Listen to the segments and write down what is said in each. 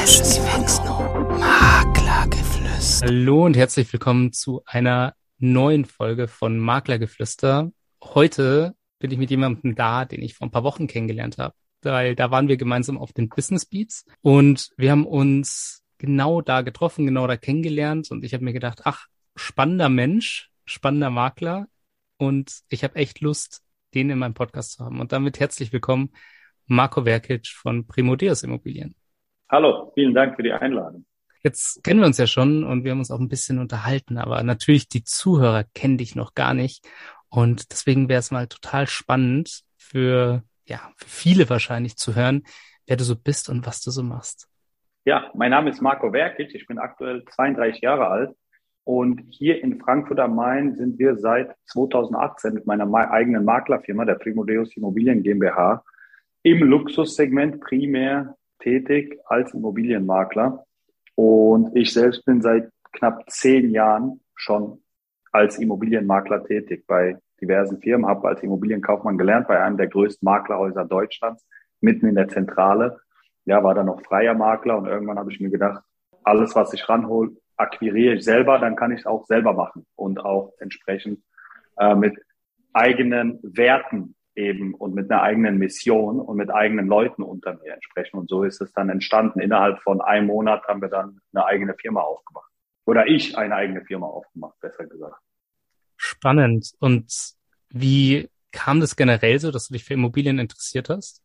Maklergeflüster. Hallo und herzlich willkommen zu einer neuen Folge von Maklergeflüster. Heute bin ich mit jemandem da, den ich vor ein paar Wochen kennengelernt habe, weil da waren wir gemeinsam auf den Business Beats und wir haben uns genau da getroffen, genau da kennengelernt und ich habe mir gedacht, ach, spannender Mensch, spannender Makler und ich habe echt Lust, den in meinem Podcast zu haben. Und damit herzlich willkommen, Marco Verkic von Primo Deus Immobilien. Hallo, vielen Dank für die Einladung. Jetzt kennen wir uns ja schon und wir haben uns auch ein bisschen unterhalten, aber natürlich die Zuhörer kennen dich noch gar nicht. Und deswegen wäre es mal total spannend für viele wahrscheinlich zu hören, wer du so bist und was du so machst. Ja, mein Name ist Marco Verkic, ich bin aktuell 32 Jahre alt und hier in Frankfurt am Main sind wir seit 2018 mit meiner eigenen Maklerfirma, der Primo Deus Immobilien GmbH, im Luxussegment primär tätig als Immobilienmakler. Und ich selbst bin seit knapp 10 Jahren schon als Immobilienmakler tätig bei diversen Firmen, habe als Immobilienkaufmann gelernt bei einem der größten Maklerhäuser Deutschlands, mitten in der Zentrale. Ja, war dann noch freier Makler und irgendwann habe ich mir gedacht, alles, was ich ranhole, akquiriere ich selber, dann kann ich es auch selber machen und auch entsprechend mit eigenen Werten eben und mit einer eigenen Mission und mit eigenen Leuten unter mir entsprechen. Und so ist es dann entstanden. Innerhalb von einem Monat haben wir dann eine eigene Firma aufgemacht. Oder ich eine eigene Firma aufgemacht, besser gesagt. Spannend. Und wie kam das generell so, dass du dich für Immobilien interessiert hast?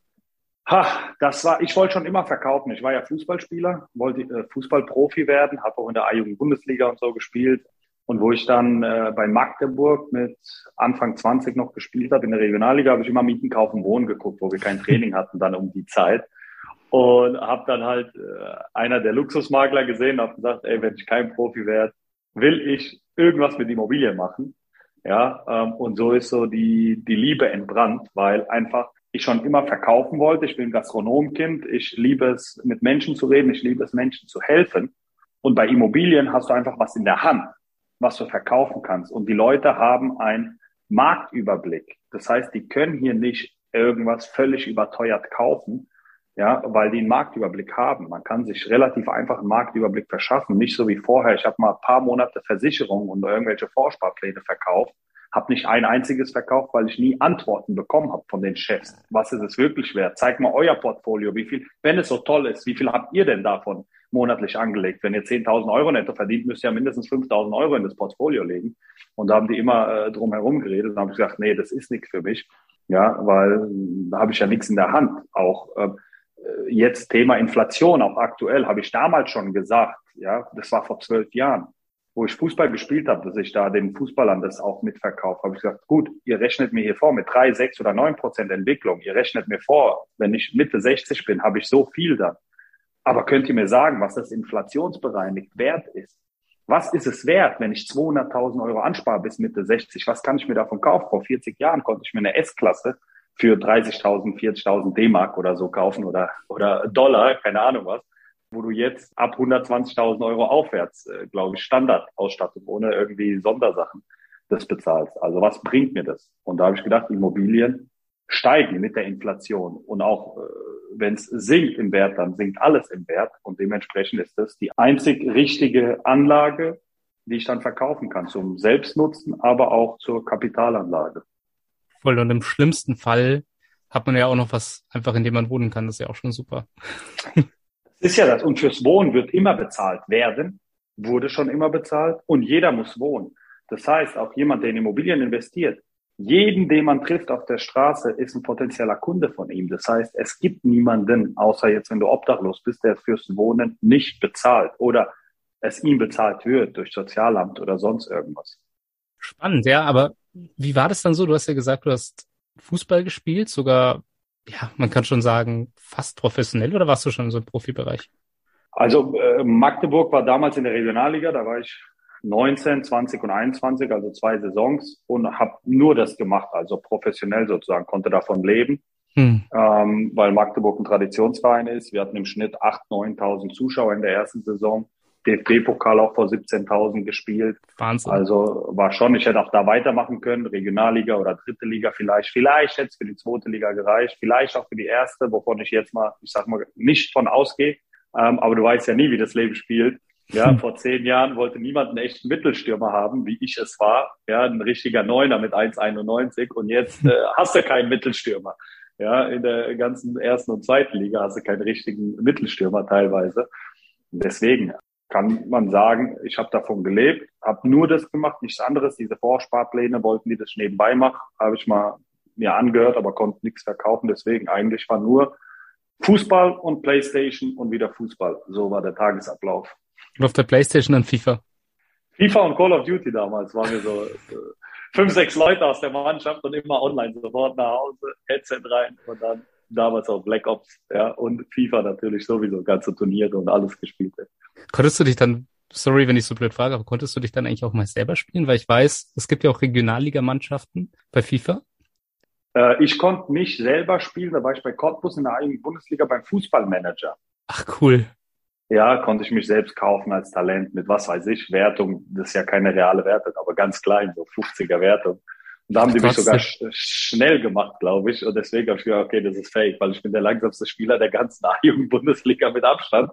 Ich wollte schon immer verkaufen. Ich war ja Fußballspieler, wollte Fußballprofi werden, habe auch in der A-Jugend-Bundesliga und so gespielt. Und wo ich dann bei Magdeburg mit Anfang 20 noch gespielt habe in der Regionalliga, habe ich immer Mieten, Kaufen, Wohnen geguckt, wo wir kein Training hatten dann um die Zeit. Und habe dann halt einer der Luxusmakler gesehen und habe gesagt, ey, wenn ich kein Profi werde, will ich irgendwas mit Immobilien machen. Ja, und so ist so die Liebe entbrannt, weil einfach ich schon immer verkaufen wollte. Ich bin Gastronomkind. Ich liebe es, mit Menschen zu reden. Ich liebe es, Menschen zu helfen. Und bei Immobilien hast du einfach was in der Hand, was du verkaufen kannst. Und die Leute haben einen Marktüberblick. Das heißt, die können hier nicht irgendwas völlig überteuert kaufen, ja, weil die einen Marktüberblick haben. Man kann sich relativ einfach einen Marktüberblick verschaffen. Nicht so wie vorher. Ich habe mal ein paar Monate Versicherung und irgendwelche Vorsparpläne verkauft. Habe nicht ein einziges verkauft, weil ich nie Antworten bekommen habe von den Chefs. Was ist es wirklich wert? Zeig mal euer Portfolio. Wie viel, wenn es so toll ist, wie viel habt ihr denn davon monatlich angelegt? Wenn ihr 10.000 Euro netto verdient, müsst ihr ja mindestens 5.000 Euro in das Portfolio legen. Und da haben die immer drum herum geredet. Und dann habe ich gesagt, nee, das ist nichts für mich. Ja, weil da habe ich ja nichts in der Hand. Auch jetzt Thema Inflation, auch aktuell, habe ich damals schon gesagt, ja, das war vor 12 Jahren, wo ich Fußball gespielt habe, dass ich da den Fußballern das auch mitverkaufe, habe ich gesagt, gut, ihr rechnet mir hier vor mit 3, 6 oder 9% Entwicklung. Ihr rechnet mir vor, wenn ich Mitte 60 bin, habe ich so viel dann. Aber könnt ihr mir sagen, was das inflationsbereinigt wert ist? Was ist es wert, wenn ich 200.000 Euro anspare bis Mitte 60? Was kann ich mir davon kaufen? Vor 40 Jahren konnte ich mir eine S-Klasse für 30.000, 40.000 D-Mark oder so kaufen oder Dollar, keine Ahnung was, wo du jetzt ab 120.000 Euro aufwärts, glaube ich, Standardausstattung ohne irgendwie Sondersachen das bezahlst. Also was bringt mir das? Und da habe ich gedacht, Immobilien steigen mit der Inflation und auch wenn es sinkt im Wert, dann sinkt alles im Wert und dementsprechend ist das die einzig richtige Anlage, die ich dann verkaufen kann zum Selbstnutzen, aber auch zur Kapitalanlage. Voll, und im schlimmsten Fall hat man ja auch noch was einfach, in dem man wohnen kann. Das ist ja auch schon super. Das ist ja das. Und fürs Wohnen wird immer bezahlt werden, wurde schon immer bezahlt und jeder muss wohnen. Das heißt, auch jemand, der in Immobilien investiert, jeden, den man trifft auf der Straße, ist ein potenzieller Kunde von ihm. Das heißt, es gibt niemanden, außer jetzt, wenn du obdachlos bist, der fürs Wohnen nicht bezahlt oder es ihm bezahlt wird durch Sozialamt oder sonst irgendwas. Spannend, ja, aber wie war das dann so? Du hast ja gesagt, du hast Fußball gespielt, sogar, ja, man kann schon sagen, fast professionell, oder warst du schon so im Profibereich? Also Magdeburg war damals in der Regionalliga, da war ich 19, 20 und 21, also 2 Saisons und habe nur das gemacht, also professionell sozusagen, konnte davon leben, weil Magdeburg ein Traditionsverein ist. Wir hatten im Schnitt 8.000, 9.000 Zuschauer in der ersten Saison. DFB-Pokal auch vor 17.000 gespielt. Wahnsinn. Also war schon, ich hätte auch da weitermachen können, Regionalliga oder dritte Liga vielleicht. Vielleicht hätte es für die zweite Liga gereicht, vielleicht auch für die erste, wovon ich jetzt mal, ich sag mal, nicht von ausgehe. Aber du weißt ja nie, wie das Leben spielt. Ja, vor 10 Jahren wollte niemand einen echten Mittelstürmer haben, wie ich es war. Ja, ein richtiger Neuner mit 1,91 und jetzt hast du keinen Mittelstürmer. Ja, in der ganzen ersten und zweiten Liga hast du keinen richtigen Mittelstürmer teilweise. Und deswegen kann man sagen, ich habe davon gelebt, habe nur das gemacht, nichts anderes. Diese Vorsparpläne wollten die das nebenbei machen, habe ich mal mir angehört, aber konnte nichts verkaufen. Deswegen eigentlich war nur Fußball und PlayStation und wieder Fußball. So war der Tagesablauf. Und auf der PlayStation dann FIFA. FIFA und Call of Duty damals waren wir so 5, 6 Leute aus der Mannschaft und immer online, sofort nach Hause, Headset rein und dann damals auch Black Ops, ja, und FIFA natürlich sowieso, ganze Turniere und alles gespielt. Konntest du dich dann, sorry, wenn ich so blöd frage, aber konntest du dich dann eigentlich auch mal selber spielen? Weil ich weiß, es gibt ja auch Regionalligamannschaften bei FIFA. Ich konnte mich selber spielen, da war ich bei Cottbus in der eigenen Bundesliga beim Fußballmanager. Ach, cool. Ja, konnte ich mich selbst kaufen als Talent mit, was weiß ich, Wertung. Das ist ja keine reale Wertung, aber ganz klein, so 50er Wertung. Und da haben die mich sogar schnell gemacht, glaube ich. Und deswegen habe ich gedacht, okay, das ist fake, weil ich bin der langsamste Spieler der ganzen A-Jugend-Bundesliga mit Abstand.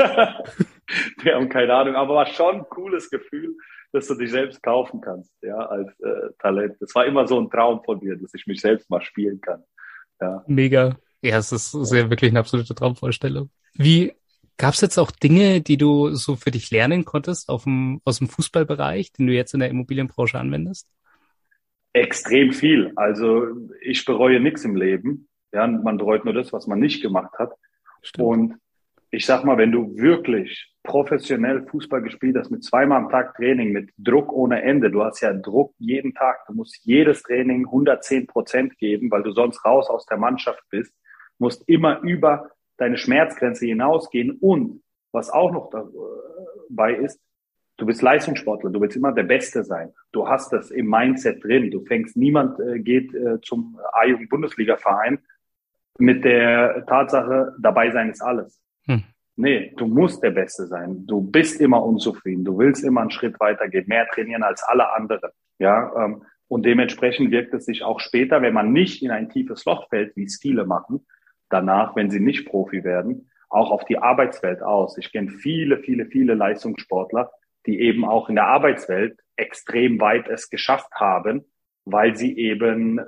Wir haben keine Ahnung, aber war schon ein cooles Gefühl, dass du dich selbst kaufen kannst, ja, als Talent. Das war immer so ein Traum von mir, dass ich mich selbst mal spielen kann. Ja. Mega. Ja, es ist sehr wirklich eine absolute Traumvorstellung. Wie gab's jetzt auch Dinge, die du so für dich lernen konntest aus dem Fußballbereich, den du jetzt in der Immobilienbranche anwendest? Extrem viel. Also ich bereue nichts im Leben. Ja, man bereut nur das, was man nicht gemacht hat. Stimmt. Und ich sag mal, wenn du wirklich professionell Fußball gespielt hast, mit 2-mal am Tag Training, mit Druck ohne Ende, du hast ja Druck jeden Tag, du musst jedes Training 110% geben, weil du sonst raus aus der Mannschaft bist, musst immer über deine Schmerzgrenze hinausgehen und was auch noch dabei ist, du bist Leistungssportler, du willst immer der Beste sein. Du hast das im Mindset drin. Niemand geht zum A-Jugend-Bundesliga-Verein mit der Tatsache, dabei sein ist alles. Nee, du musst der Beste sein. Du bist immer unzufrieden. Du willst immer einen Schritt weitergehen, mehr trainieren als alle anderen. Ja, und dementsprechend wirkt es sich auch später, wenn man nicht in ein tiefes Loch fällt, wie es viele machen, danach, wenn sie nicht Profi werden, auch auf die Arbeitswelt aus. Ich kenne viele Leistungssportler, die eben auch in der Arbeitswelt extrem weit es geschafft haben, weil sie eben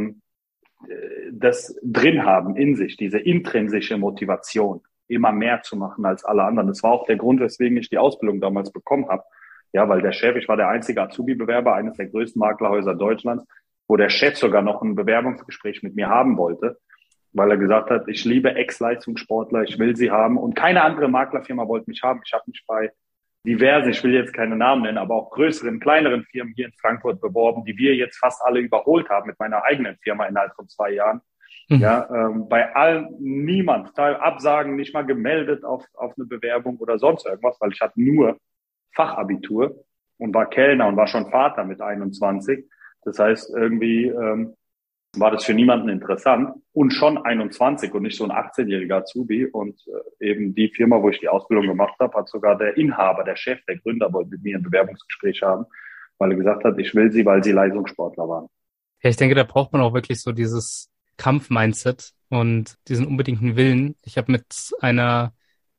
das drin haben in sich, diese intrinsische Motivation, immer mehr zu machen als alle anderen. Das war auch der Grund, weswegen ich die Ausbildung damals bekommen habe. Ja, weil der Chef, ich war der einzige Azubi-Bewerber eines der größten Maklerhäuser Deutschlands, wo der Chef sogar noch ein Bewerbungsgespräch mit mir haben wollte, weil er gesagt hat, ich liebe Ex-Leistungssportler, ich will sie haben und keine andere Maklerfirma wollte mich haben. Ich habe mich bei diversen, ich will jetzt keine Namen nennen, aber auch größeren, kleineren Firmen hier in Frankfurt beworben, die wir jetzt fast alle überholt haben mit meiner eigenen Firma innerhalb von 2 Jahren. Ja, bei allen niemand, Absagen, nicht mal gemeldet auf eine Bewerbung oder sonst irgendwas, weil ich hatte nur Fachabitur und war Kellner und war schon Vater mit 21. Das heißt, irgendwie war das für niemanden interessant und schon 21 und nicht so ein 18-jähriger Azubi. Und eben die Firma, wo ich die Ausbildung gemacht habe, hat sogar der Inhaber, der Chef, der Gründer wollte mit mir ein Bewerbungsgespräch haben, weil er gesagt hat, ich will sie, weil sie Leistungssportler waren. Ja, ich denke, da braucht man auch wirklich so dieses Kampfmindset und diesen unbedingten Willen. Ich habe mit einer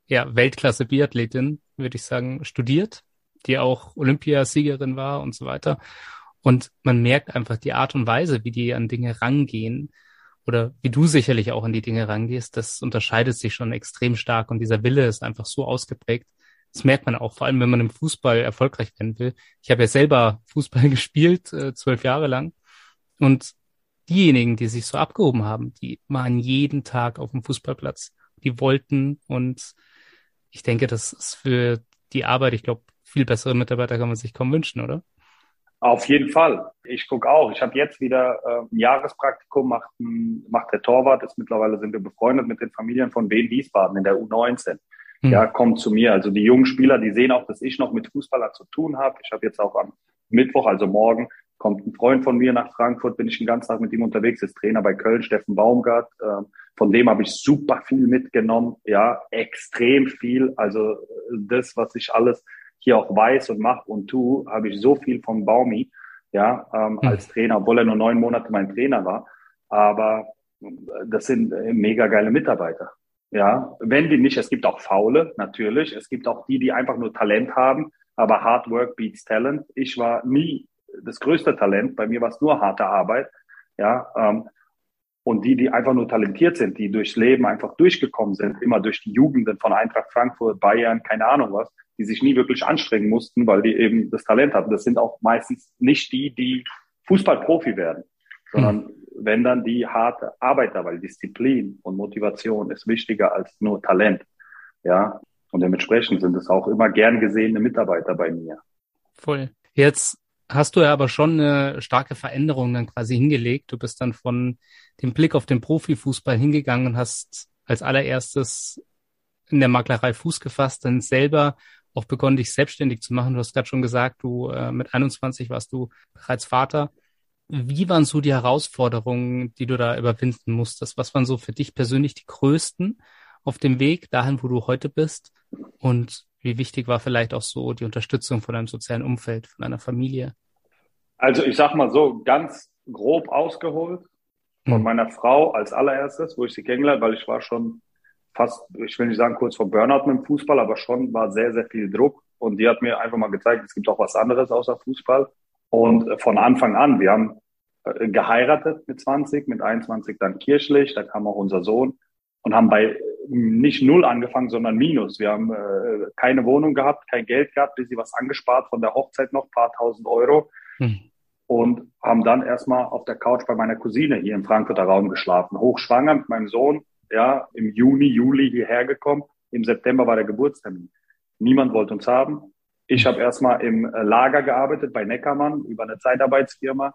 Weltklasse-Biathletin, würde ich sagen, studiert, die auch Olympiasiegerin war und so weiter. Und man merkt einfach die Art und Weise, wie die an Dinge rangehen oder wie du sicherlich auch an die Dinge rangehst, das unterscheidet sich schon extrem stark und dieser Wille ist einfach so ausgeprägt. Das merkt man auch, vor allem wenn man im Fußball erfolgreich werden will. Ich habe ja selber Fußball gespielt, 12 Jahre lang und diejenigen, die sich so abgehoben haben, die waren jeden Tag auf dem Fußballplatz. Die wollten und ich denke, das ist für die Arbeit, ich glaube, viel bessere Mitarbeiter kann man sich kaum wünschen, oder? Auf jeden Fall. Ich gucke auch. Ich habe jetzt wieder ein Jahrespraktikum, macht der Torwart, mittlerweile sind wir befreundet mit den Familien von Wien Wiesbaden in der U19. Ja, kommt zu mir. Also die jungen Spieler, die sehen auch, dass ich noch mit Fußballern zu tun habe. Ich habe jetzt auch am Mittwoch, also morgen, kommt ein Freund von mir nach Frankfurt, bin ich den ganzen Tag mit ihm unterwegs, ist Trainer bei Köln, Steffen Baumgart. Von dem habe ich super viel mitgenommen, ja, extrem viel. Also das, was ich alles hier auch weiß und mache und tue, habe ich so viel vom Baumi, ja, als Trainer, obwohl er nur 9 Monate mein Trainer war. Aber das sind mega geile Mitarbeiter. Ja, wenn die nicht, es gibt auch Faule, natürlich. Es gibt auch die, die einfach nur Talent haben, aber Hard Work beats Talent. Ich war nie das größte Talent. Bei mir war es nur harte Arbeit. Ja, und die einfach nur talentiert sind, die durchs Leben einfach durchgekommen sind, immer durch die Jugenden von Eintracht Frankfurt, Bayern, keine Ahnung was, die sich nie wirklich anstrengen mussten, weil die eben das Talent hatten. Das sind auch meistens nicht die, die Fußballprofi werden, sondern wenn dann die harte Arbeiter, weil Disziplin und Motivation ist wichtiger als nur Talent. Ja, und dementsprechend sind es auch immer gern gesehene Mitarbeiter bei mir. Voll. Jetzt hast du ja aber schon eine starke Veränderung dann quasi hingelegt. Du bist dann von dem Blick auf den Profifußball hingegangen und hast als allererstes in der Maklerei Fuß gefasst, dann selber auch begonnen, dich selbstständig zu machen. Du hast gerade schon gesagt, du mit 21 warst du bereits Vater. Wie waren so die Herausforderungen, die du da überwinden musstest? Was waren so für dich persönlich die größten auf dem Weg dahin, wo du heute bist? Und wie wichtig war vielleicht auch so die Unterstützung von deinem sozialen Umfeld, von deiner Familie? Also ich sag mal so ganz grob ausgeholt von Hm. meiner Frau als allererstes, wo ich sie kennengelernt, weil ich war schon fast, ich will nicht sagen kurz vor Burnout mit dem Fußball, aber schon war sehr, sehr viel Druck. Und die hat mir einfach mal gezeigt, es gibt auch was anderes außer Fußball. Und von Anfang an, wir haben geheiratet mit 20, mit 21 dann kirchlich, da kam auch unser Sohn und haben bei nicht null angefangen, sondern minus. Wir haben keine Wohnung gehabt, kein Geld gehabt, bis sie was angespart von der Hochzeit noch, paar tausend Euro Hm. und haben dann erstmal auf der Couch bei meiner Cousine hier im Frankfurter Raum geschlafen. Hochschwanger mit meinem Sohn, ja, im Juni, Juli hierher gekommen. Im September war der Geburtstermin. Niemand wollte uns haben. Ich habe erstmal im Lager gearbeitet bei Neckermann über eine Zeitarbeitsfirma.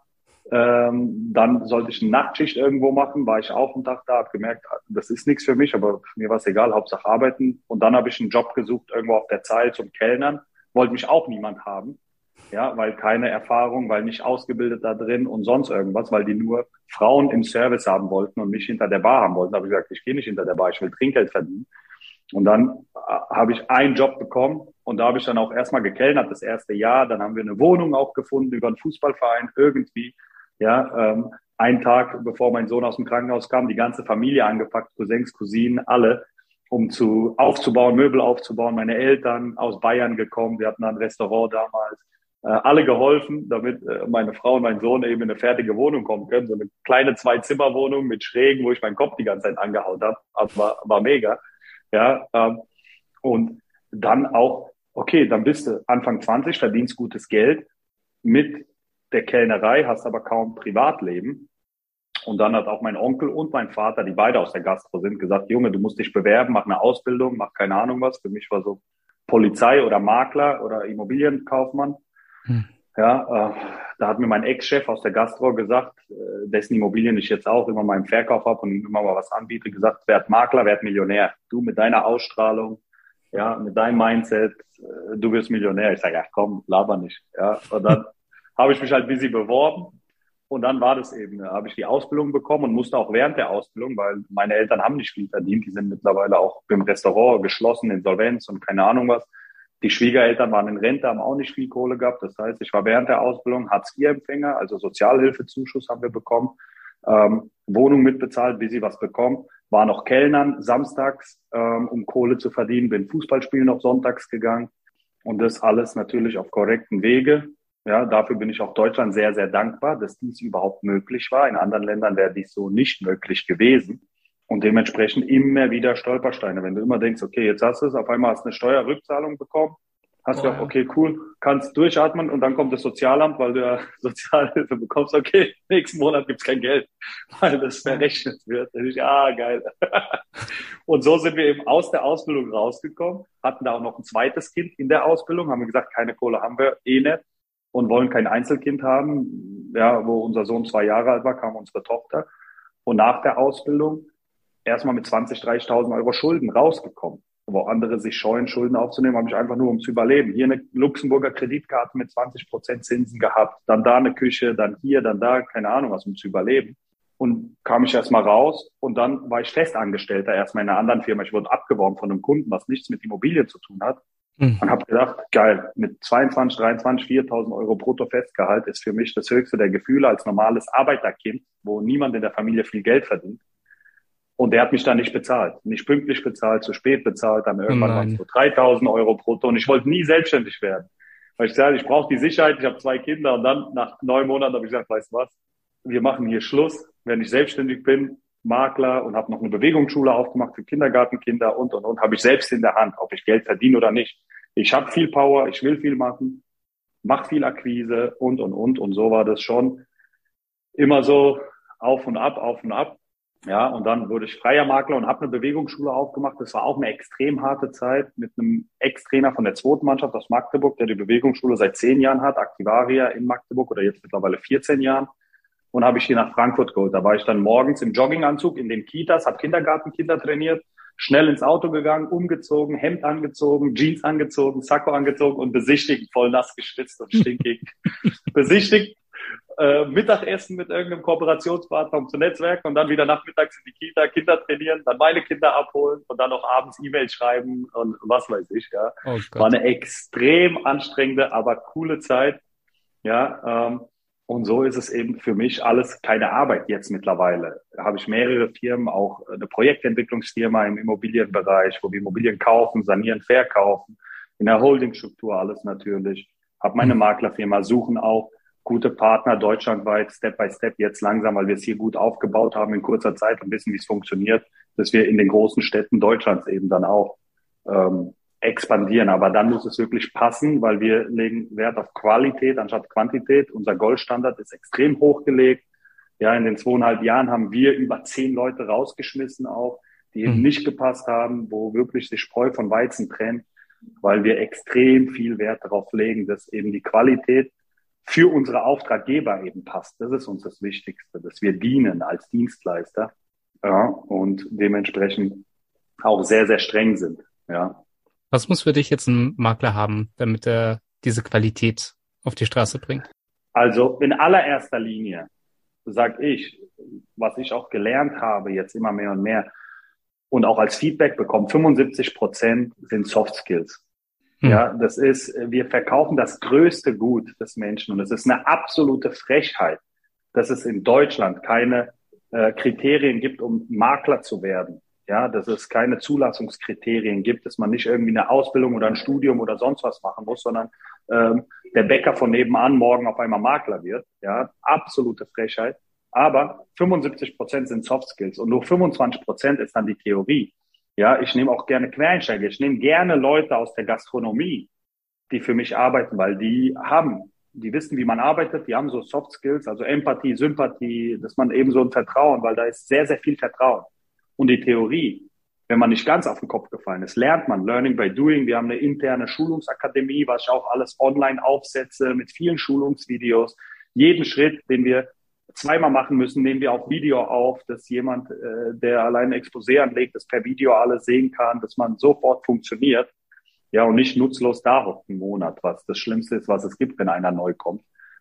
Dann sollte ich eine Nachtschicht irgendwo machen, war ich auch einen Tag da, habe gemerkt, das ist nichts für mich, aber mir war es egal, Hauptsache arbeiten. Und dann habe ich einen Job gesucht, irgendwo auf der Zeit zum Kellnern. Wollte mich auch niemand haben. Ja, weil keine Erfahrung, weil nicht ausgebildet da drin und sonst irgendwas, weil die nur Frauen im Service haben wollten und mich hinter der Bar haben wollten. Da habe ich gesagt, ich gehe nicht hinter der Bar, ich will Trinkgeld verdienen. Und dann habe ich einen Job bekommen und da habe ich dann auch erstmal gekellnert das erste Jahr. Dann haben wir eine Wohnung auch gefunden über einen Fußballverein irgendwie. Ja, einen Tag bevor mein Sohn aus dem Krankenhaus kam, die ganze Familie angepackt, Cousins, Cousinen, alle, um aufzubauen, Möbel aufzubauen. Meine Eltern aus Bayern gekommen, wir hatten ein Restaurant damals, alle geholfen, damit meine Frau und mein Sohn eben in eine fertige Wohnung kommen können. So eine kleine Zwei-Zimmer-Wohnung mit Schrägen, wo ich meinen Kopf die ganze Zeit angehaut habe. Aber war mega. Ja, und dann auch, okay, dann bist du Anfang 20, verdienst gutes Geld mit der Kellnerei, hast aber kaum Privatleben. Und dann hat auch mein Onkel und mein Vater, die beide aus der Gastro sind, gesagt, Junge, du musst dich bewerben, mach eine Ausbildung, mach keine Ahnung was. Für mich war so Polizei oder Makler oder Immobilienkaufmann. Hm. Ja, da hat mir mein Ex-Chef aus der Gastro gesagt, dessen Immobilien ich jetzt auch immer mal im Verkauf habe und immer mal was anbiete, gesagt, werd Makler, werd Millionär. Du mit deiner Ausstrahlung, ja, mit deinem Mindset, du wirst Millionär. Ich sage, ach komm, laber nicht. Ja, und dann habe ich mich halt busy beworben und dann war das eben, da habe ich die Ausbildung bekommen und musste auch während der Ausbildung, weil meine Eltern haben nicht viel verdient, die sind mittlerweile auch im Restaurant geschlossen, Insolvenz und keine Ahnung was. Die Schwiegereltern waren in Rente, haben auch nicht viel Kohle gehabt. Das heißt, ich war während der Ausbildung Hartz-IV-Empfänger, also Sozialhilfezuschuss haben wir bekommen, Wohnung mitbezahlt, bis sie was bekommen, war noch Kellnern samstags, um Kohle zu verdienen, bin Fußballspielen noch sonntags gegangen und das alles natürlich auf korrekten Wege. Ja, dafür bin ich auch Deutschland sehr, sehr dankbar, dass dies überhaupt möglich war. In anderen Ländern wäre dies so nicht möglich gewesen. Und dementsprechend immer wieder Stolpersteine. Wenn du immer denkst, okay, jetzt hast du es, auf einmal hast du eine Steuerrückzahlung bekommen, hast du Oh, gedacht, ja. okay, cool, kannst durchatmen und dann kommt das Sozialamt, weil du ja Sozialhilfe bekommst, okay, nächsten Monat gibt's kein Geld, weil das verrechnet wird. Da ich, geil. Und so sind wir eben aus der Ausbildung rausgekommen, hatten da auch noch ein zweites Kind in der Ausbildung, haben wir gesagt, keine Kohle haben wir eh nicht und wollen kein Einzelkind haben. Ja, wo unser Sohn 2 Jahre alt war, kam unsere Tochter. Und nach der Ausbildung erstmal mit 20.000, 30.000 Euro Schulden rausgekommen. Wo andere sich scheuen, Schulden aufzunehmen, habe ich einfach nur, um zu überleben. Hier eine Luxemburger Kreditkarte mit 20% Zinsen gehabt, dann da eine Küche, dann hier, dann da, keine Ahnung was, um zu überleben. Und kam ich erstmal raus und dann war ich Festangestellter erstmal in einer anderen Firma. Ich wurde abgeworben von einem Kunden, was nichts mit Immobilien zu tun hat. Hm. Und habe gedacht, geil, mit 22, 23, 4.000 Euro Brutto-Festgehalt ist für mich das höchste der Gefühle als normales Arbeiterkind, wo niemand in der Familie viel Geld verdient. Und der hat mich dann nicht bezahlt, nicht pünktlich bezahlt, zu spät bezahlt, dann Oh irgendwann waren es nein. so 3.000 Euro brutto und ich wollte nie selbstständig werden. Weil ich gesagt, ich brauche die Sicherheit, ich habe 2 Kinder und dann nach 9 Monaten habe ich gesagt, weißt du was, wir machen hier Schluss, wenn ich selbstständig bin, Makler und habe noch eine Bewegungsschule aufgemacht für Kindergartenkinder und, habe ich selbst in der Hand, ob ich Geld verdiene oder nicht. Ich habe viel Power, ich will viel machen, mache viel Akquise und so war das schon immer so auf und ab, auf und ab. Ja, und dann wurde ich freier Makler und habe eine Bewegungsschule aufgemacht. Das war auch eine extrem harte Zeit mit einem Ex-Trainer von der zweiten Mannschaft aus Magdeburg, der die Bewegungsschule seit 10 Jahren hat, Activaria in Magdeburg oder jetzt mittlerweile 14 Jahren. Und habe ich hier nach Frankfurt geholt. Da war ich dann morgens im Jogginganzug in den Kitas, habe Kindergartenkinder trainiert, schnell ins Auto gegangen, umgezogen, Hemd angezogen, Jeans angezogen, Sakko angezogen und besichtigt, voll nass geschwitzt und stinkig. Besichtigt, Mittagessen mit irgendeinem Kooperationspartner, um zu netzwerken und dann wieder nachmittags in die Kita, Kinder trainieren, dann meine Kinder abholen und dann noch abends E-Mails schreiben und was weiß ich, ja. Oh War Gott. eine extrem anstrengende, aber coole Zeit, ja. Und so ist es eben für mich alles keine Arbeit jetzt mittlerweile. Da habe ich mehrere Firmen, auch eine Projektentwicklungsfirma im Immobilienbereich, wo wir Immobilien kaufen, sanieren, verkaufen, in der Holdingstruktur alles natürlich. Habe meine Hm. Maklerfirma, suchen auch gute Partner deutschlandweit, Step by Step, jetzt langsam, weil wir es hier gut aufgebaut haben in kurzer Zeit und wissen, wie es funktioniert, dass wir in den großen Städten Deutschlands eben dann auch expandieren. Aber dann muss es wirklich passen, weil wir legen Wert auf Qualität anstatt Quantität. Unser Goldstandard ist extrem hochgelegt. Ja, in den 2,5 Jahren haben wir über 10 Leute rausgeschmissen auch, die eben Hm. nicht gepasst haben, wo wirklich sich Spreu von Weizen trennt, weil wir extrem viel Wert darauf legen, dass eben die Qualität für unsere Auftraggeber eben passt. Das ist uns das Wichtigste, dass wir dienen als Dienstleister, ja, und dementsprechend auch sehr, sehr streng sind. Ja. Was muss für dich jetzt ein Makler haben, damit er diese Qualität auf die Straße bringt? Also in allererster Linie sage ich, was ich auch gelernt habe, jetzt immer mehr und mehr und auch als Feedback bekommen, 75% sind Soft Skills. Hm. Ja, das ist, wir verkaufen das größte Gut des Menschen und es ist eine absolute Frechheit, dass es in Deutschland keine Kriterien gibt, um Makler zu werden. Ja, dass es keine Zulassungskriterien gibt, dass man nicht irgendwie eine Ausbildung oder ein Studium oder sonst was machen muss, sondern der Bäcker von nebenan morgen auf einmal Makler wird. Ja, absolute Frechheit. Aber 75% sind Soft Skills und nur 25% ist dann die Theorie. Ja, ich nehme auch gerne Quereinsteiger. Ich nehme gerne Leute aus der Gastronomie, die für mich arbeiten, weil die wissen, wie man arbeitet, die haben so Soft Skills, also Empathie, Sympathie, dass man eben so ein Vertrauen, weil da ist sehr, sehr viel Vertrauen. Und die Theorie, wenn man nicht ganz auf den Kopf gefallen ist, lernt man Learning by Doing. Wir haben eine interne Schulungsakademie, was ich auch alles online aufsetze mit vielen Schulungsvideos. Jeden Schritt, den wir zweimal machen müssen, nehmen wir auf Video auf, dass jemand, der allein ein Exposé anlegt, das per Video alles sehen kann, dass man sofort funktioniert. Ja, und nicht nutzlos da hockt einen Monat, was das Schlimmste ist, was es gibt, wenn einer neu kommt.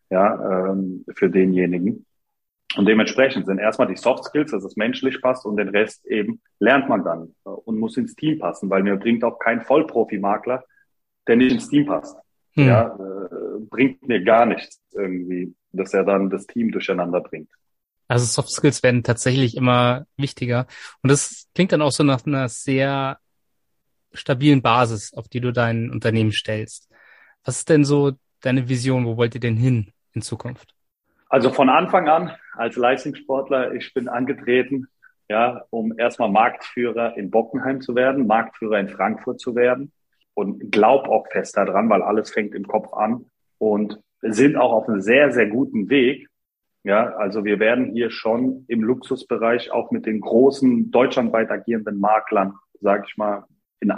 Ja, für denjenigen. Und dementsprechend sind erstmal die Soft Skills, dass es menschlich passt und den Rest eben lernt man dann und muss ins Team passen, weil mir bringt auch kein Vollprofi-Makler, der nicht ins Team passt. Hm. Ja, bringt mir gar nichts irgendwie, dass er dann das Team durcheinander bringt. Also Soft Skills werden tatsächlich immer wichtiger. Und das klingt dann auch so nach einer sehr stabilen Basis, auf die du dein Unternehmen stellst. Was ist denn so deine Vision? Wo wollt ihr denn hin in Zukunft? Also von Anfang an als Leistungssportler, ich bin angetreten, ja, um erstmal Marktführer in Bockenheim zu werden, Marktführer in Frankfurt zu werden und glaub auch fest daran, weil alles fängt im Kopf an und sind auch auf einem sehr, sehr guten Weg. Ja, also wir werden hier schon im Luxusbereich auch mit den großen deutschlandweit agierenden Maklern, sage ich mal, in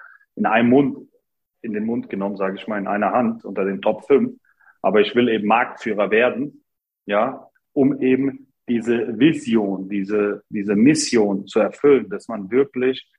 einem Mund, in den Mund genommen, sage ich mal, in einer Hand unter den Top 5. Aber ich will eben Marktführer werden, ja, um eben diese Vision, diese Mission zu erfüllen, dass man wirklich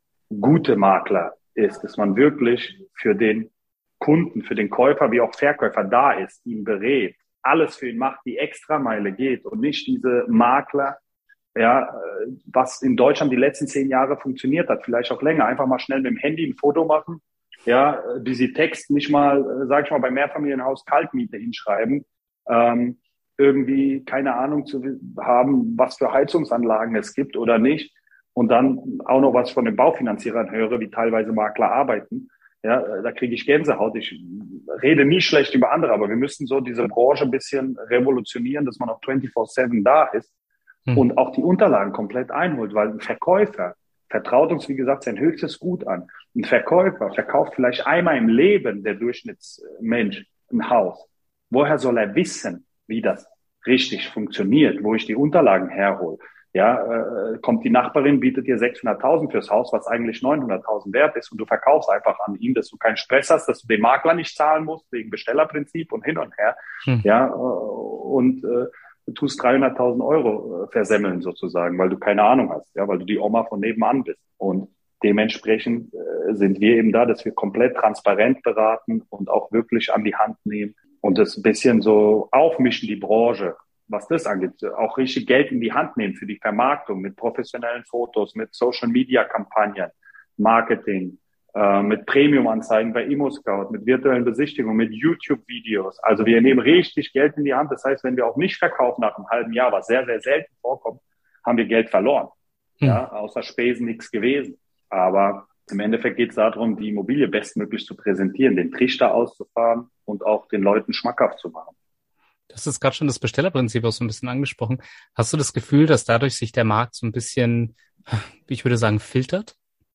gute Makler ist, dass man wirklich für den Kunden, für den Käufer wie auch Verkäufer da ist, ihn berät, alles für ihn macht, die Extrameile geht und nicht diese Makler, ja, was in Deutschland die letzten 10 Jahre funktioniert hat, vielleicht auch länger, einfach mal schnell mit dem Handy ein Foto machen, ja, diese Text nicht mal, sag ich mal, bei Mehrfamilienhaus Kaltmiete hinschreiben, irgendwie keine Ahnung zu haben, was für Heizungsanlagen es gibt oder nicht. und dann auch noch was von den Baufinanzierern höre, wie teilweise Makler arbeiten, ja, da kriege ich Gänsehaut. Ich rede nie schlecht über andere, aber wir müssen so diese Branche ein bisschen revolutionieren, dass man auch 24/7 da ist und auch die Unterlagen komplett einholt, weil ein Verkäufer vertraut uns, wie gesagt, sein höchstes Gut an. Ein Verkäufer verkauft vielleicht einmal im Leben, der Durchschnittsmensch, ein Haus. Woher soll er wissen, wie das richtig funktioniert, wo ich die Unterlagen herhole? Ja, kommt die Nachbarin, bietet dir 600.000 fürs Haus, was eigentlich 900.000 wert ist, und du verkaufst einfach an ihn, dass du keinen Stress hast, dass du den Makler nicht zahlen musst wegen Bestellerprinzip und hin und her. Ja, und du tust 300.000 Euro versemmeln sozusagen, weil du keine Ahnung hast, ja, weil du die Oma von nebenan bist. Und dementsprechend sind wir eben da, dass wir komplett transparent beraten und auch wirklich an die Hand nehmen und das ein bisschen so aufmischen, die Branche, was das angeht, auch richtig Geld in die Hand nehmen für die Vermarktung mit professionellen Fotos, mit Social-Media-Kampagnen, Marketing, mit Premium-Anzeigen bei ImmoScout, mit virtuellen Besichtigungen, mit YouTube-Videos. Also wir nehmen richtig Geld in die Hand. Das heißt, wenn wir auch nicht verkaufen nach einem halben Jahr, was sehr, sehr selten vorkommt, haben wir Geld verloren. Ja, außer Spesen nichts gewesen. Aber im Endeffekt geht es darum, die Immobilie bestmöglich zu präsentieren, den Trichter auszufahren und auch den Leuten schmackhaft zu machen. Das ist gerade schon das Bestellerprinzip auch so ein bisschen angesprochen. Hast du das Gefühl, dass dadurch sich der Markt so ein bisschen, ich würde sagen, filtert?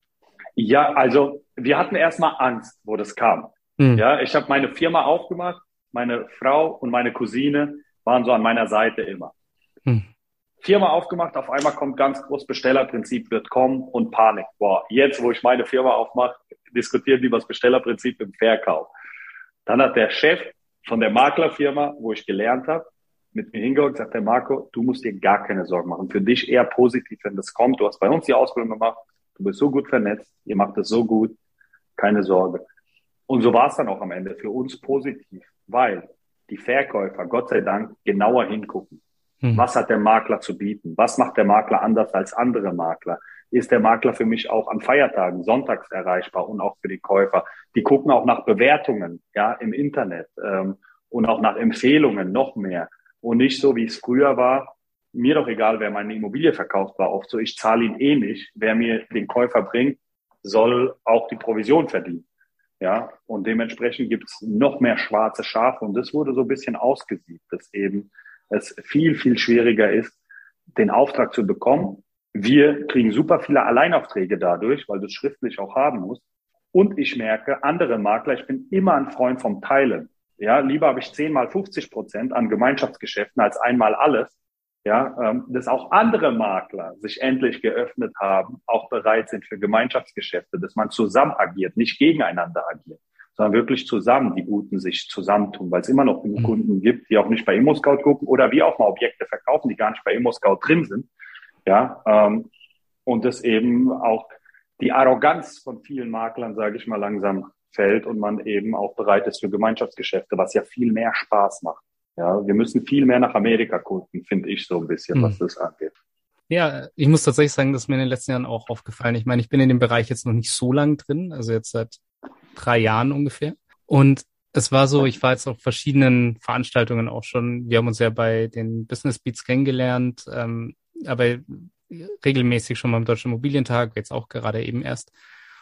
Ja, also wir hatten erstmal Angst, wo das kam. Ja, ich habe meine Firma aufgemacht, meine Frau und meine Cousine waren so an meiner Seite immer. Firma aufgemacht, auf einmal kommt ganz groß Bestellerprinzip wird kommen und Panik. Boah, jetzt, wo ich meine Firma aufmache, diskutieren die über das Bestellerprinzip im Verkauf. Dann hat der Chef von der Maklerfirma, wo ich gelernt habe, mit mir hingeholt und sagt, der Marco, du musst dir gar keine Sorgen machen. Für dich eher positiv, wenn das kommt. Du hast bei uns die Ausbildung gemacht, du bist so gut vernetzt, ihr macht es so gut, keine Sorge. Und so war es dann auch am Ende für uns positiv, weil die Verkäufer, Gott sei Dank, genauer hingucken. Was hat der Makler zu bieten? Was macht der Makler anders als andere Makler? Ist der Makler für mich auch an Feiertagen, sonntags erreichbar und auch für die Käufer? Die gucken auch nach Bewertungen, ja, im Internet, und auch nach Empfehlungen noch mehr. Und nicht so, wie es früher war. Mir doch egal, wer meine Immobilie verkauft, war oft so. Ich zahle ihn eh nicht. Wer mir den Käufer bringt, soll auch die Provision verdienen. Ja, und dementsprechend gibt's noch mehr schwarze Schafe. Und das wurde so ein bisschen ausgesiebt, dass eben es viel, viel schwieriger ist, den Auftrag zu bekommen. Wir kriegen super viele Alleinaufträge dadurch, weil du es schriftlich auch haben musst. Und ich merke, andere Makler, ich bin immer ein Freund vom Teilen. Ja, lieber habe ich 10-mal 50% an Gemeinschaftsgeschäften als einmal alles. Ja, dass auch andere Makler sich endlich geöffnet haben, auch bereit sind für Gemeinschaftsgeschäfte, dass man zusammen agiert, nicht gegeneinander agiert, sondern wirklich zusammen die Guten sich zusammentun, weil es immer noch genug Kunden gibt, die auch nicht bei ImmoScout gucken oder wie auch mal Objekte verkaufen, die gar nicht bei ImmoScout drin sind. Ja, und das eben auch die Arroganz von vielen Maklern, sage ich mal, langsam fällt und man eben auch bereit ist für Gemeinschaftsgeschäfte, was ja viel mehr Spaß macht. Ja, wir müssen viel mehr nach Amerika gucken, finde ich so ein bisschen, was das angeht. Ja, ich muss tatsächlich sagen, das ist mir in den letzten Jahren auch aufgefallen. Ich meine, ich bin in dem Bereich jetzt noch nicht so lang drin, also jetzt seit 3 Jahren ungefähr. Und es war so, ich war jetzt auf verschiedenen Veranstaltungen auch schon. Wir haben uns ja bei den Business Beats kennengelernt, aber regelmäßig schon mal am Deutschen Immobilientag, jetzt auch gerade eben erst.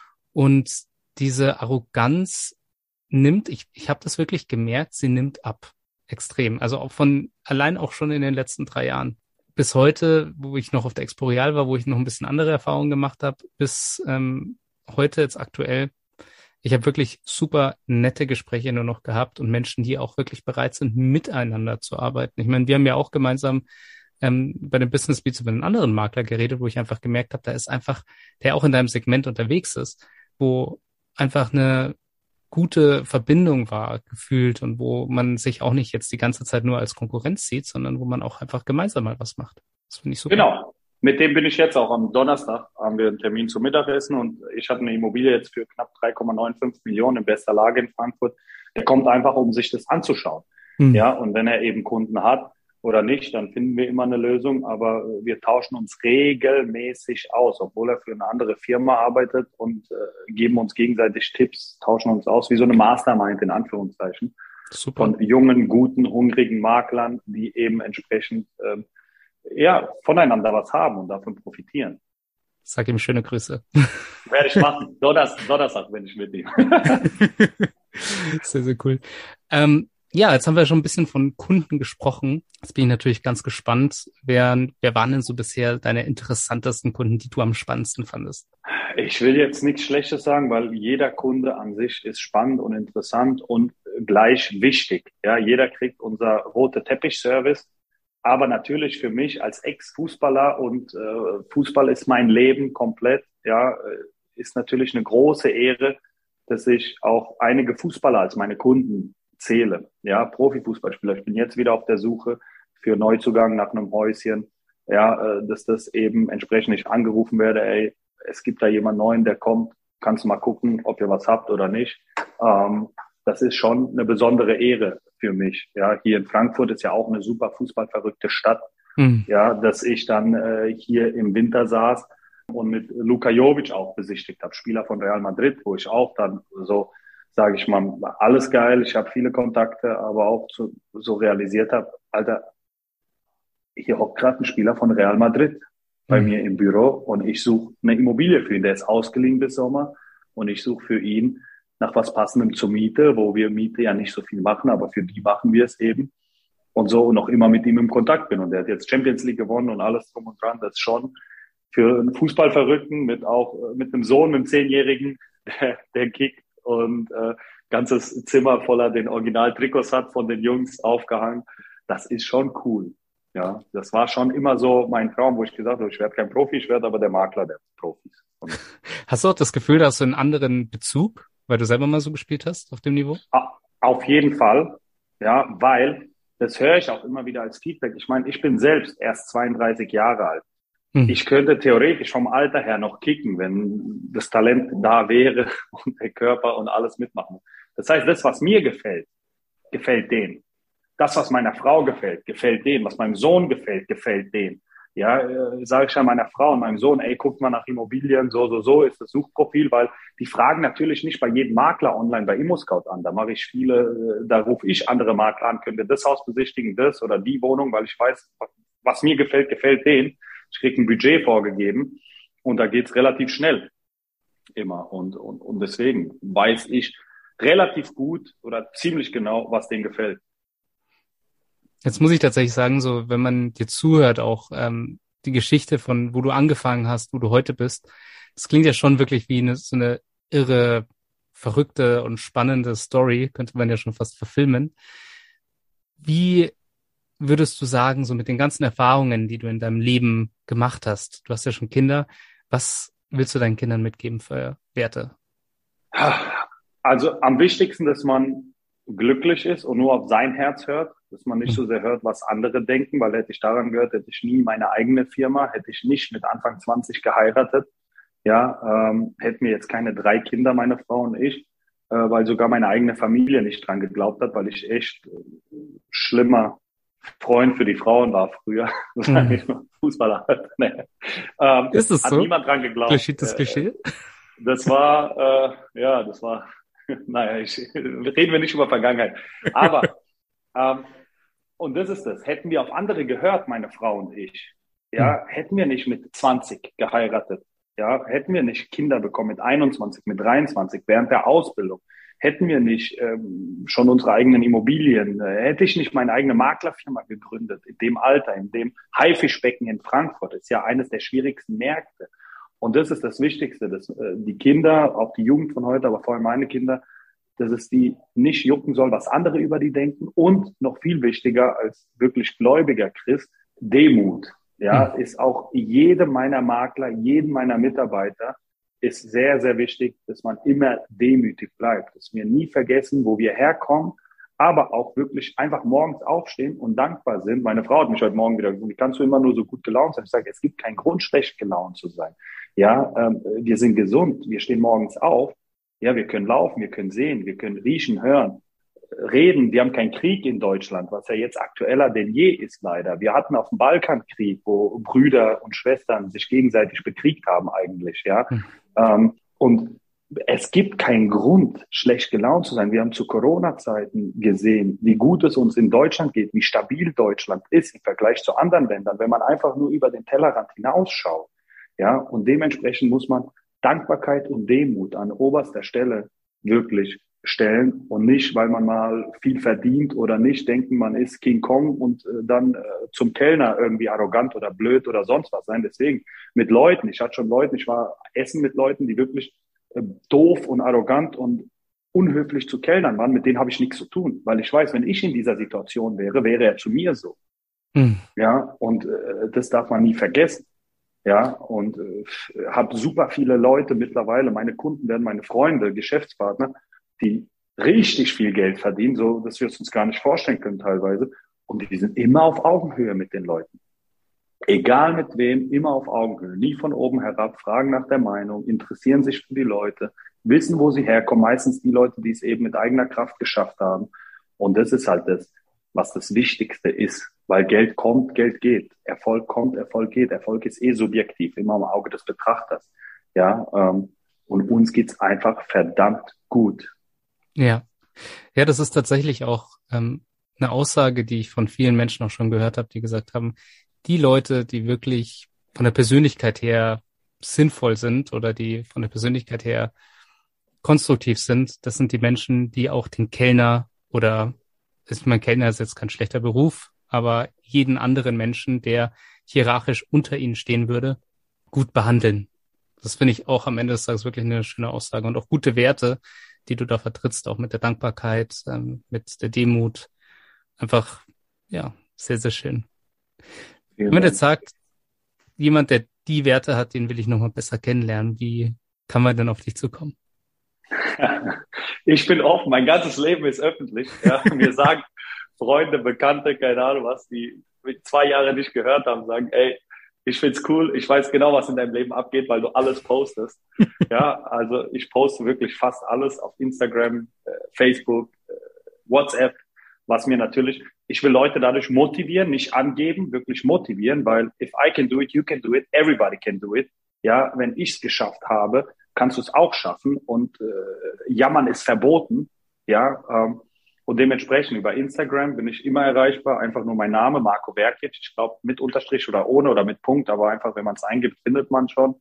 Und diese Arroganz nimmt, ich habe das wirklich gemerkt, sie nimmt ab. Extrem. Also auch allein auch schon in den letzten 3 Jahren. Bis heute, wo ich noch auf der Exporeal war, wo ich noch ein bisschen andere Erfahrungen gemacht habe, bis heute jetzt aktuell. Ich habe wirklich super nette Gespräche nur noch gehabt und Menschen, die auch wirklich bereit sind, miteinander zu arbeiten. Ich meine, wir haben ja auch gemeinsam bei den Business Beats über einen anderen Makler geredet, wo ich einfach gemerkt habe, da ist einfach, der auch in deinem Segment unterwegs ist, wo einfach eine gute Verbindung war, gefühlt, und wo man sich auch nicht jetzt die ganze Zeit nur als Konkurrenz sieht, sondern wo man auch einfach gemeinsam mal was macht. Das finde ich super. Genau. Mit dem bin ich jetzt auch am Donnerstag, haben wir einen Termin zum Mittagessen und ich habe eine Immobilie jetzt für knapp 3,95 Millionen in bester Lage in Frankfurt. Der kommt einfach, um sich das anzuschauen. Ja, und wenn er eben Kunden hat oder nicht, dann finden wir immer eine Lösung, aber wir tauschen uns regelmäßig aus, obwohl er für eine andere Firma arbeitet, und geben uns gegenseitig Tipps, tauschen uns aus, wie so eine Mastermind in Anführungszeichen. Super. Von jungen, guten, hungrigen Maklern, die eben entsprechend voneinander was haben und davon profitieren. Sag ihm schöne Grüße. Werde ich machen. Donnerstag bin ich mit ihm. Sehr, sehr cool. Ja, jetzt haben wir schon ein bisschen von Kunden gesprochen. Jetzt bin ich natürlich ganz gespannt. Wer waren denn so bisher deine interessantesten Kunden, die du am spannendsten fandest? Ich will jetzt nichts Schlechtes sagen, weil jeder Kunde an sich ist spannend und interessant und gleich wichtig. Ja, jeder kriegt unser rote Teppich-Service. Aber natürlich für mich als Ex-Fußballer und Fußball ist mein Leben komplett, ja, ist natürlich eine große Ehre, dass ich auch einige Fußballer als meine Kunden zähle. Ja, Profifußballspieler. Ich bin jetzt wieder auf der Suche für Neuzugang nach einem Häuschen. Ja, dass das eben entsprechend nicht angerufen werde, ey, es gibt da jemand Neuen, der kommt, kannst du mal gucken, ob ihr was habt oder nicht. Das ist schon eine besondere Ehre für mich. Ja, hier in Frankfurt ist ja auch eine super fußballverrückte Stadt. Hm. Ja, dass ich dann hier im Winter saß und mit Luka Jovic auch besichtigt habe, Spieler von Real Madrid, wo ich auch dann so, sage ich mal, alles geil, ich habe viele Kontakte, aber auch so realisiert habe, Alter, hier hockt gerade ein Spieler von Real Madrid bei mir im Büro und ich suche eine Immobilie für ihn. Der ist ausgeliehen bis Sommer und ich suche für ihn nach was Passendem zur Miete, wo wir Miete ja nicht so viel machen, aber für die machen wir es eben. Und so noch immer mit ihm im Kontakt bin. Und der hat jetzt Champions League gewonnen und alles drum und dran. Das ist schon für einen Fußballverrückten mit einem Sohn, mit einem 10-Jährigen, der kickt und ganzes Zimmer voller den Original-Trikots hat von den Jungs aufgehangen. Das ist schon cool. Ja, das war schon immer so mein Traum, wo ich gesagt habe, ich werde kein Profi, ich werde aber der Makler der Profis. Und Hast du auch das Gefühl, dass du einen anderen Bezug, weil du selber mal so gespielt hast auf dem Niveau? auf jeden Fall, ja, weil das höre ich auch immer wieder als Feedback. Ich meine, ich bin selbst erst 32 Jahre alt. Ich könnte theoretisch vom Alter her noch kicken, wenn das Talent da wäre und der Körper und alles mitmachen. Das heißt, das, was mir gefällt, gefällt denen. Das, was meiner Frau gefällt, gefällt denen. Was meinem Sohn gefällt, gefällt denen. Ja, sage ich ja meiner Frau und meinem Sohn, ey, guckt mal nach Immobilien, so ist das Suchprofil, weil die fragen natürlich nicht bei jedem Makler online bei ImmoScout an. Da mache ich viele, da rufe ich andere Makler an, können wir das Haus besichtigen, das oder die Wohnung, weil ich weiß, was mir gefällt, gefällt denen. Ich kriege ein Budget vorgegeben und da geht's relativ schnell immer. Und deswegen weiß ich relativ gut oder ziemlich genau, was denen gefällt. Jetzt muss ich tatsächlich sagen, so wenn man dir zuhört, auch die Geschichte von, wo du angefangen hast, wo du heute bist, das klingt ja schon wirklich wie so eine irre, verrückte und spannende Story, könnte man ja schon fast verfilmen. Wie würdest du sagen, so mit den ganzen Erfahrungen, die du in deinem Leben gemacht hast, du hast ja schon Kinder, was willst du deinen Kindern mitgeben für Werte? Also am wichtigsten, dass man glücklich ist und nur auf sein Herz hört, dass man nicht so sehr hört, was andere denken, weil hätte ich daran gehört, hätte ich nie meine eigene Firma, hätte ich nicht mit Anfang 20 geheiratet, ja, hätten wir jetzt keine 3 Kinder, meine Frau und ich, weil sogar meine eigene Familie nicht dran geglaubt hat, weil ich echt schlimmer Freund für die Frauen war früher, Fußballer. Nee. Ist es hat so? niemand dran geglaubt. Klischee? Das war, naja, reden wir nicht über Vergangenheit. Aber, und das ist es, hätten wir auf andere gehört, meine Frau und ich, ja, hätten wir nicht mit 20 geheiratet, ja, hätten wir nicht Kinder bekommen mit 21, mit 23, während der Ausbildung, hätten wir nicht schon unsere eigenen Immobilien, hätte ich nicht meine eigene Maklerfirma gegründet, in dem Alter, in dem Haifischbecken in Frankfurt, ist ja eines der schwierigsten Märkte. Und das ist das Wichtigste, dass die Kinder, auch die Jugend von heute, aber vor allem meine Kinder, dass es die nicht jucken soll, was andere über die denken. Und noch viel wichtiger als wirklich gläubiger Christ, Demut. Ja, ist auch jedem meiner Makler, jedem meiner Mitarbeiter ist sehr, sehr wichtig, dass man immer demütig bleibt, dass wir nie vergessen, wo wir herkommen, aber auch wirklich einfach morgens aufstehen und dankbar sind. Meine Frau hat mich heute Morgen wieder gesagt, wie kannst du immer nur so gut gelaunt sein? Ich sage, es gibt keinen Grund, schlecht gelaunt zu sein. Ja, wir sind gesund, wir stehen morgens auf, ja, wir können laufen, wir können sehen, wir können riechen, hören, reden. Wir haben keinen Krieg in Deutschland, was ja jetzt aktueller denn je ist leider. Wir hatten auf dem Balkan Krieg, wo Brüder und Schwestern sich gegenseitig bekriegt haben eigentlich, ja. Und es gibt keinen Grund, schlecht gelaunt zu sein. Wir haben zu Corona-Zeiten gesehen, wie gut es uns in Deutschland geht, wie stabil Deutschland ist im Vergleich zu anderen Ländern. Wenn man einfach nur über den Tellerrand hinausschaut, Ja, und dementsprechend muss man Dankbarkeit und Demut an oberster Stelle wirklich stellen und nicht, weil man mal viel verdient oder nicht denken, man ist King Kong und dann zum Kellner irgendwie arrogant oder blöd oder sonst was sein. Deswegen mit Leuten, ich hatte schon Leute, ich war essen mit Leuten, die wirklich doof und arrogant und unhöflich zu Kellnern waren, mit denen habe ich nichts zu tun, weil ich weiß, wenn ich in dieser Situation wäre, wäre er zu mir so. Hm. Ja, und das darf man nie vergessen. Ja, und habe super viele Leute mittlerweile, meine Kunden werden meine Freunde, Geschäftspartner, die richtig viel Geld verdienen, so dass wir es uns gar nicht vorstellen können teilweise. Und die sind immer auf Augenhöhe mit den Leuten. Egal mit wem, immer auf Augenhöhe. Nie von oben herab, fragen nach der Meinung, interessieren sich für die Leute, wissen, wo sie herkommen. Meistens die Leute, die es eben mit eigener Kraft geschafft haben. Und das ist halt das, was das Wichtigste ist. Weil Geld kommt, Geld geht. Erfolg kommt, Erfolg geht. Erfolg ist eh subjektiv, immer im Auge des Betrachters. Ja, und uns geht's einfach verdammt gut. Ja. Ja, das ist tatsächlich auch eine Aussage, die ich von vielen Menschen auch schon gehört habe, die gesagt haben, die Leute, die wirklich von der Persönlichkeit her sinnvoll sind oder die von der Persönlichkeit her konstruktiv sind, das sind die Menschen, die auch den Kellner oder Kellner ist jetzt kein schlechter Beruf, aber jeden anderen Menschen, der hierarchisch unter ihnen stehen würde, gut behandeln. Das finde ich auch am Ende des Tages wirklich eine schöne Aussage und auch gute Werte, die du da vertrittst, auch mit der Dankbarkeit, mit der Demut. Einfach, ja, sehr, sehr schön. Wenn Vielen man jetzt Dank. sagt, jemand, der die Werte hat, den will ich nochmal besser kennenlernen, wie kann man denn auf dich zukommen? Ich bin offen, mein ganzes Leben ist öffentlich. Ja. Mir sagen Freunde, Bekannte, keine Ahnung was, die 2 Jahre nicht gehört haben, sagen, ey, ich find's cool, ich weiß genau, was in deinem Leben abgeht, weil du alles postest. Ja, also ich poste wirklich fast alles auf Instagram, Facebook, WhatsApp, was mir natürlich, ich will Leute dadurch motivieren, nicht angeben, wirklich motivieren, weil if I can do it, you can do it, everybody can do it. Ja, wenn ich es geschafft habe, kannst du es auch schaffen und jammern ist verboten. Ja, und dementsprechend über Instagram bin ich immer erreichbar. Einfach nur mein Name, Marco Verkic. Ich glaube, mit Unterstrich oder ohne oder mit Punkt, aber einfach, wenn man es eingibt, findet man schon.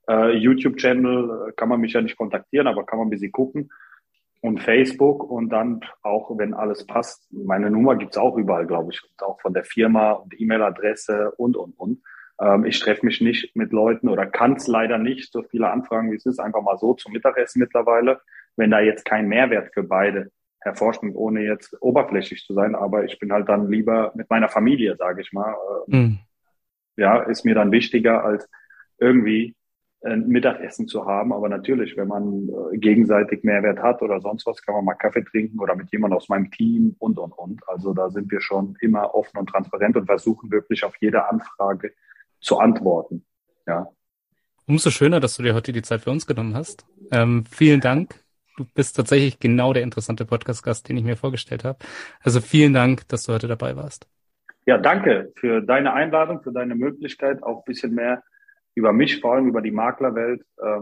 YouTube-Channel kann man mich ja nicht kontaktieren, aber kann man ein bisschen gucken. Und Facebook und dann auch, wenn alles passt, meine Nummer gibt's auch überall, glaube ich, und auch von der Firma und E-Mail-Adresse und. Ich treffe mich nicht mit Leuten oder kann es leider nicht, so viele Anfragen wie es ist, einfach mal so zum Mittagessen mittlerweile, wenn da jetzt kein Mehrwert für beide hervorsteht, ohne jetzt oberflächlich zu sein, aber ich bin halt dann lieber mit meiner Familie, sage ich mal. Hm. Ja, ist mir dann wichtiger, als irgendwie ein Mittagessen zu haben. Aber natürlich, wenn man gegenseitig Mehrwert hat oder sonst was, kann man mal Kaffee trinken oder mit jemandem aus meinem Team und. Also da sind wir schon immer offen und transparent und versuchen wirklich auf jede Anfrage zu antworten. Ja. Umso schöner, dass du dir heute die Zeit für uns genommen hast. Vielen Dank. Du bist tatsächlich genau der interessante Podcast-Gast, den ich mir vorgestellt habe. Also vielen Dank, dass du heute dabei warst. Ja, danke für deine Einladung, für deine Möglichkeit, auch ein bisschen mehr über mich, vor allem über die Maklerwelt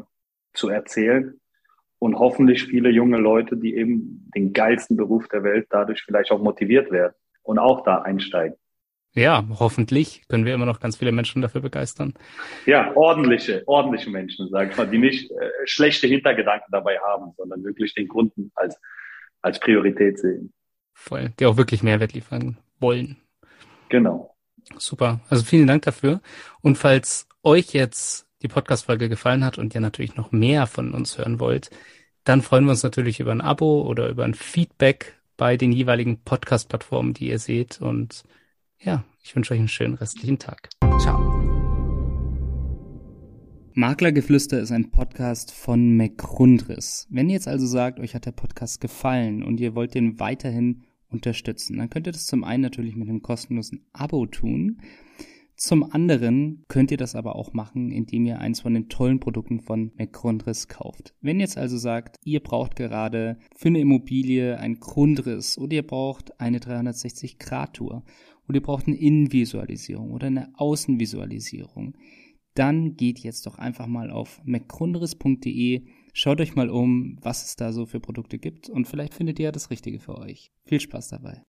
zu erzählen und hoffentlich viele junge Leute, die eben den geilsten Beruf der Welt dadurch vielleicht auch motiviert werden und auch da einsteigen. Ja, hoffentlich können wir immer noch ganz viele Menschen dafür begeistern. Ja, ordentliche Menschen, sag ich mal, die nicht schlechte Hintergedanken dabei haben, sondern wirklich den Kunden als Priorität sehen. Voll, die auch wirklich Mehrwert liefern wollen. Genau. Super, also vielen Dank dafür. Und falls euch jetzt die Podcast-Folge gefallen hat und ihr natürlich noch mehr von uns hören wollt, dann freuen wir uns natürlich über ein Abo oder über ein Feedback bei den jeweiligen Podcast-Plattformen, die ihr seht. Und ja, ich wünsche euch einen schönen restlichen Tag. Ciao. Maklergeflüster ist ein Podcast von McGrundriss. Wenn ihr jetzt also sagt, euch hat der Podcast gefallen und ihr wollt den weiterhin unterstützen, dann könnt ihr das zum einen natürlich mit einem kostenlosen Abo tun. Zum anderen könnt ihr das aber auch machen, indem ihr eins von den tollen Produkten von McGrundriss kauft. Wenn ihr jetzt also sagt, ihr braucht gerade für eine Immobilie einen Grundriss oder ihr braucht eine 360-Grad-Tour oder ihr braucht eine Innenvisualisierung oder eine Außenvisualisierung, dann geht jetzt doch einfach mal auf mcgrundriss.de, schaut euch mal um, was es da so für Produkte gibt und vielleicht findet ihr ja das Richtige für euch. Viel Spaß dabei.